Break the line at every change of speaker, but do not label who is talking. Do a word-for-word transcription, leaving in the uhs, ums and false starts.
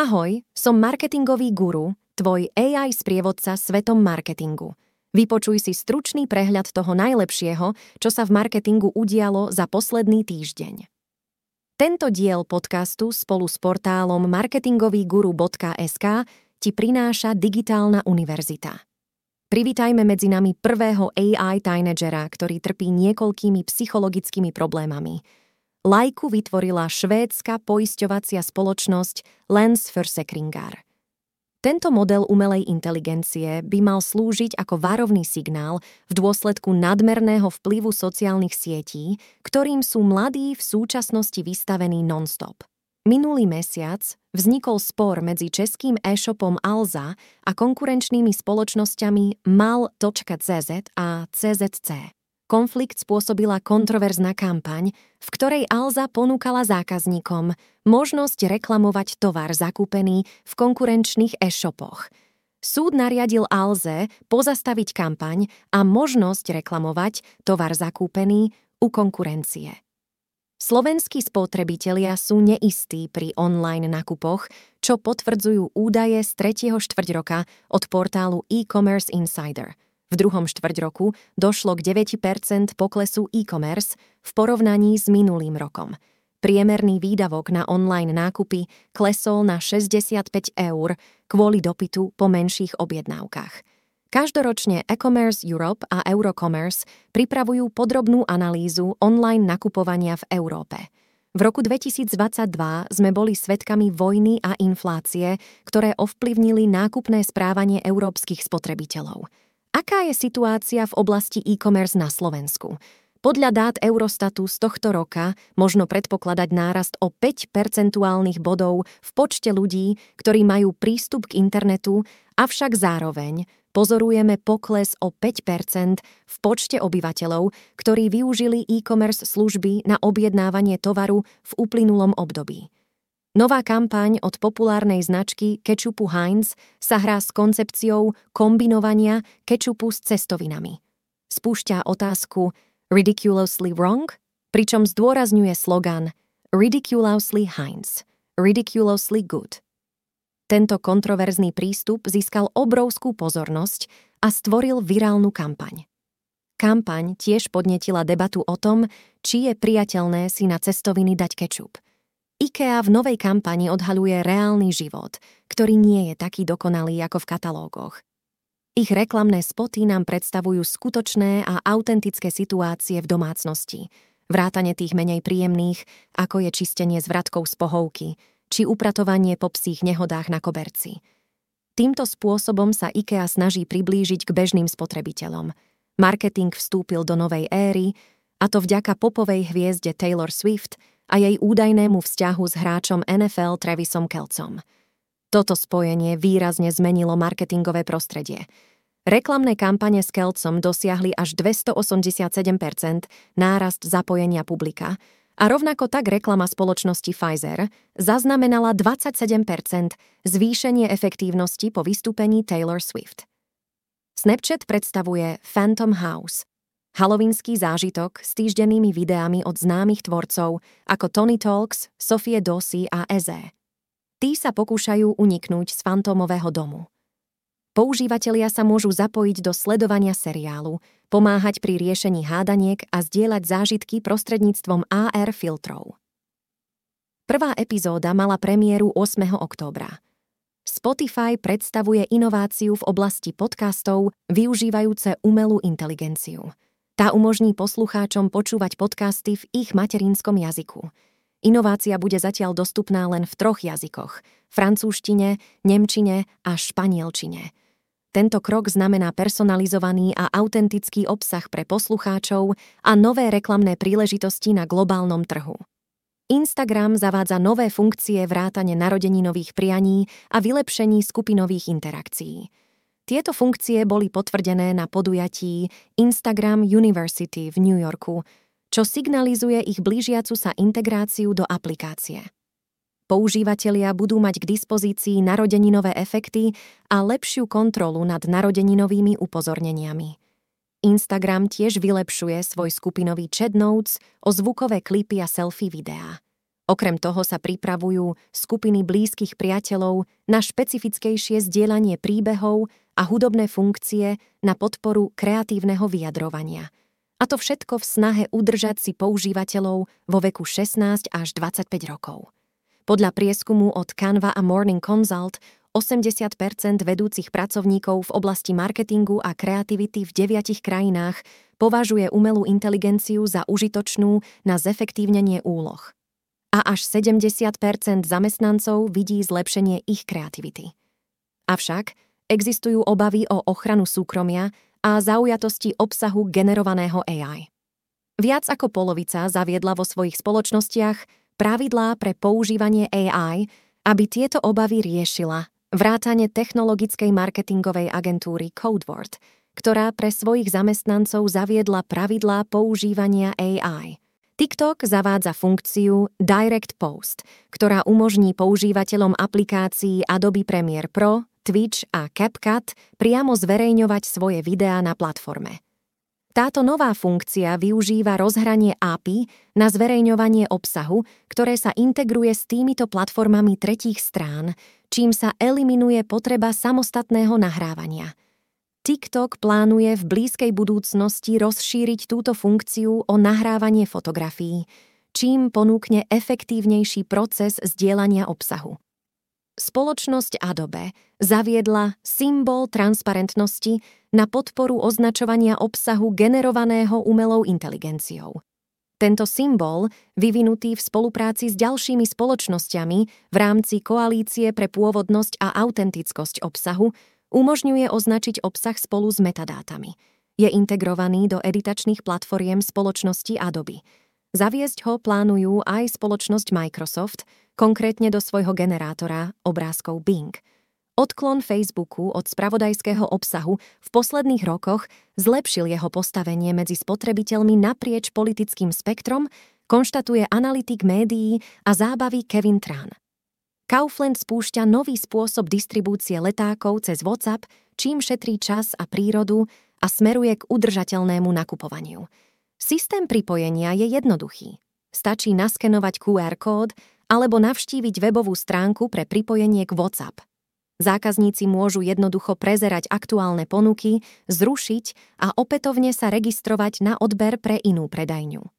Ahoj, som marketingový guru, tvoj á í sprievodca svetom marketingu. Vypočuj si stručný prehľad toho najlepšieho, čo sa v marketingu udialo za posledný týždeň. Tento diel podcastu spolu s portálom marketingovýguru bodka es ká ti prináša Digitálna univerzita. Privítajme medzi nami prvého á í tínedžera, ktorý trpí niekoľkými psychologickými problémami. Lajku vytvorila švédska poisťovacia spoločnosť Länsförsäkringar. Tento model umelej inteligencie by mal slúžiť ako varovný signál v dôsledku nadmerného vplyvu sociálnych sietí, ktorým sú mladí v súčasnosti vystavení non-stop. Minulý mesiac vznikol spor medzi českým e-shopom Alza a konkurenčnými spoločnosťami mal bodka cé zet a cé zet cé. Konflikt spôsobila kontroverzná kampaň, v ktorej Alza ponúkala zákazníkom možnosť reklamovať tovar zakúpený v konkurenčných e-shopoch. Súd nariadil Alze pozastaviť kampaň a možnosť reklamovať tovar zakúpený u konkurencie. Slovenskí spotrebitelia sú neistí pri online nakupoch, čo potvrdzujú údaje z tretieho štvrťroka od portálu e-commerce Insider. V druhom štvrťroku došlo k deväť percent poklesu e-commerce v porovnaní s minulým rokom. Priemerný výdavok na online nákupy klesol na šesťdesiatpäť eur kvôli dopytu po menších objednávkach. Každoročne E-commerce Europe a Eurocommerce pripravujú podrobnú analýzu online nakupovania v Európe. V roku dvetisícdvadsaťdva sme boli svedkami vojny a inflácie, ktoré ovplyvnili nákupné správanie európskych spotrebiteľov. Aká je situácia v oblasti e-commerce na Slovensku? Podľa dát Eurostatu z tohto roka možno predpokladať nárast o päť percentuálnych bodov v počte ľudí, ktorí majú prístup k internetu, avšak zároveň pozorujeme pokles o päť percent v počte obyvateľov, ktorí využili e-commerce služby na objednávanie tovaru v uplynulom období. Nová kampaň od populárnej značky kečupu Heinz sa hrá s koncepciou kombinovania kečupu s cestovinami. Spúšťa otázku Ridiculously wrong, pričom zdôrazňuje slogan Ridiculously Heinz, ridiculously good. Tento kontroverzný prístup získal obrovskú pozornosť a stvoril virálnu kampaň. Kampaň tiež podnetila debatu o tom, či je priateľné si na cestoviny dať kečup. IKEA v novej kampani odhaľuje reálny život, ktorý nie je taký dokonalý ako v katalógoch. Ich reklamné spoty nám predstavujú skutočné a autentické situácie v domácnosti, vrátane tých menej príjemných, ako je čistenie s vratkou z pohovky, či upratovanie po psích nehodách na koberci. Týmto spôsobom sa IKEA snaží priblížiť k bežným spotrebiteľom. Marketing vstúpil do novej éry, a to vďaka popovej hviezde Taylor Swift a jej údajnému vzťahu s hráčom en ef el Travisom Kelcom. Toto spojenie výrazne zmenilo marketingové prostredie. Reklamné kampane s Kelcom dosiahli až dvestoosemdesiatsedem percent nárast zapojenia publika a rovnako tak reklama spoločnosti Pfizer zaznamenala dvadsaťsedem percent zvýšenie efektívnosti po vystúpení Taylor Swift. Snapchat predstavuje Phantom House, halloweensky zážitok s týždennými videami od známych tvorcov ako Tony Talks, Sophie Dossi a Eze. Tí sa pokúšajú uniknúť z fantómového domu. Používatelia sa môžu zapojiť do sledovania seriálu, pomáhať pri riešení hádaniek a zdieľať zážitky prostredníctvom á er filtrov. Prvá epizóda mala premiéru ôsmeho októbra. Spotify predstavuje inováciu v oblasti podcastov využívajúce umelú inteligenciu. Tá umožní poslucháčom počúvať podcasty v ich materinskom jazyku. Inovácia bude zatiaľ dostupná len v troch jazykoch – francúzštine, nemčine a španielčine. Tento krok znamená personalizovaný a autentický obsah pre poslucháčov a nové reklamné príležitosti na globálnom trhu. Instagram zavádza nové funkcie vrátane narodeninových prianí a vylepšení skupinových interakcií. Tieto funkcie boli potvrdené na podujatí Instagram University v New Yorku, čo signalizuje ich blížiacu sa integráciu do aplikácie. Používatelia budú mať k dispozícii narodeninové efekty a lepšiu kontrolu nad narodeninovými upozorneniami. Instagram tiež vylepšuje svoj skupinový chat notes o zvukové klipy a selfie videá. Okrem toho sa pripravujú skupiny blízkych priateľov na špecifickejšie zdieľanie príbehov a hudobné funkcie na podporu kreatívneho vyjadrovania. A to všetko v snahe udržať si používateľov vo veku šestnásť až dvadsaťpäť rokov. Podľa prieskumu od Canva a Morning Consult osemdesiat percent vedúcich pracovníkov v oblasti marketingu a kreativity v deviatich krajinách považuje umelú inteligenciu za užitočnú na zefektívnenie úloh. A až sedemdesiat percent zamestnancov vidí zlepšenie ich kreativity. Avšak existujú obavy o ochranu súkromia a zaujatosti obsahu generovaného á í. Viac ako polovica zaviedla vo svojich spoločnostiach pravidlá pre používanie á í, aby tieto obavy riešila, vrátane technologickej marketingovej agentúry Codeword, ktorá pre svojich zamestnancov zaviedla pravidlá používania á í. TikTok zavádza funkciu Direct Post, ktorá umožní používateľom aplikácií Adobe Premiere Pro, Twitch a CapCut priamo zverejňovať svoje videá na platforme. Táto nová funkcia využíva rozhranie á pé í na zverejňovanie obsahu, ktoré sa integruje s týmito platformami tretích strán, čím sa eliminuje potreba samostatného nahrávania. TikTok plánuje v blízkej budúcnosti rozšíriť túto funkciu o nahrávanie fotografií, čím ponúkne efektívnejší proces zdieľania obsahu. Spoločnosť Adobe zaviedla symbol transparentnosti na podporu označovania obsahu generovaného umelou inteligenciou. Tento symbol, vyvinutý v spolupráci s ďalšími spoločnosťami v rámci koalície pre pôvodnosť a autentickosť obsahu, umožňuje označiť obsah spolu s metadátami. Je integrovaný do editačných platformiem spoločnosti Adobe. Zaviesť ho plánujú aj spoločnosť Microsoft, konkrétne do svojho generátora obrázkov Bing. Odklon Facebooku od spravodajského obsahu v posledných rokoch zlepšil jeho postavenie medzi spotrebiteľmi naprieč politickým spektrom, konštatuje analytik médií a zábavy Kevin Tran. Kaufland spúšťa nový spôsob distribúcie letákov cez WhatsApp, čím šetrí čas a prírodu a smeruje k udržateľnému nakupovaniu. Systém pripojenia je jednoduchý. Stačí naskenovať kú er kód alebo navštíviť webovú stránku pre pripojenie k WhatsApp. Zákazníci môžu jednoducho prezerať aktuálne ponuky, zrušiť a opätovne sa registrovať na odber pre inú predajňu.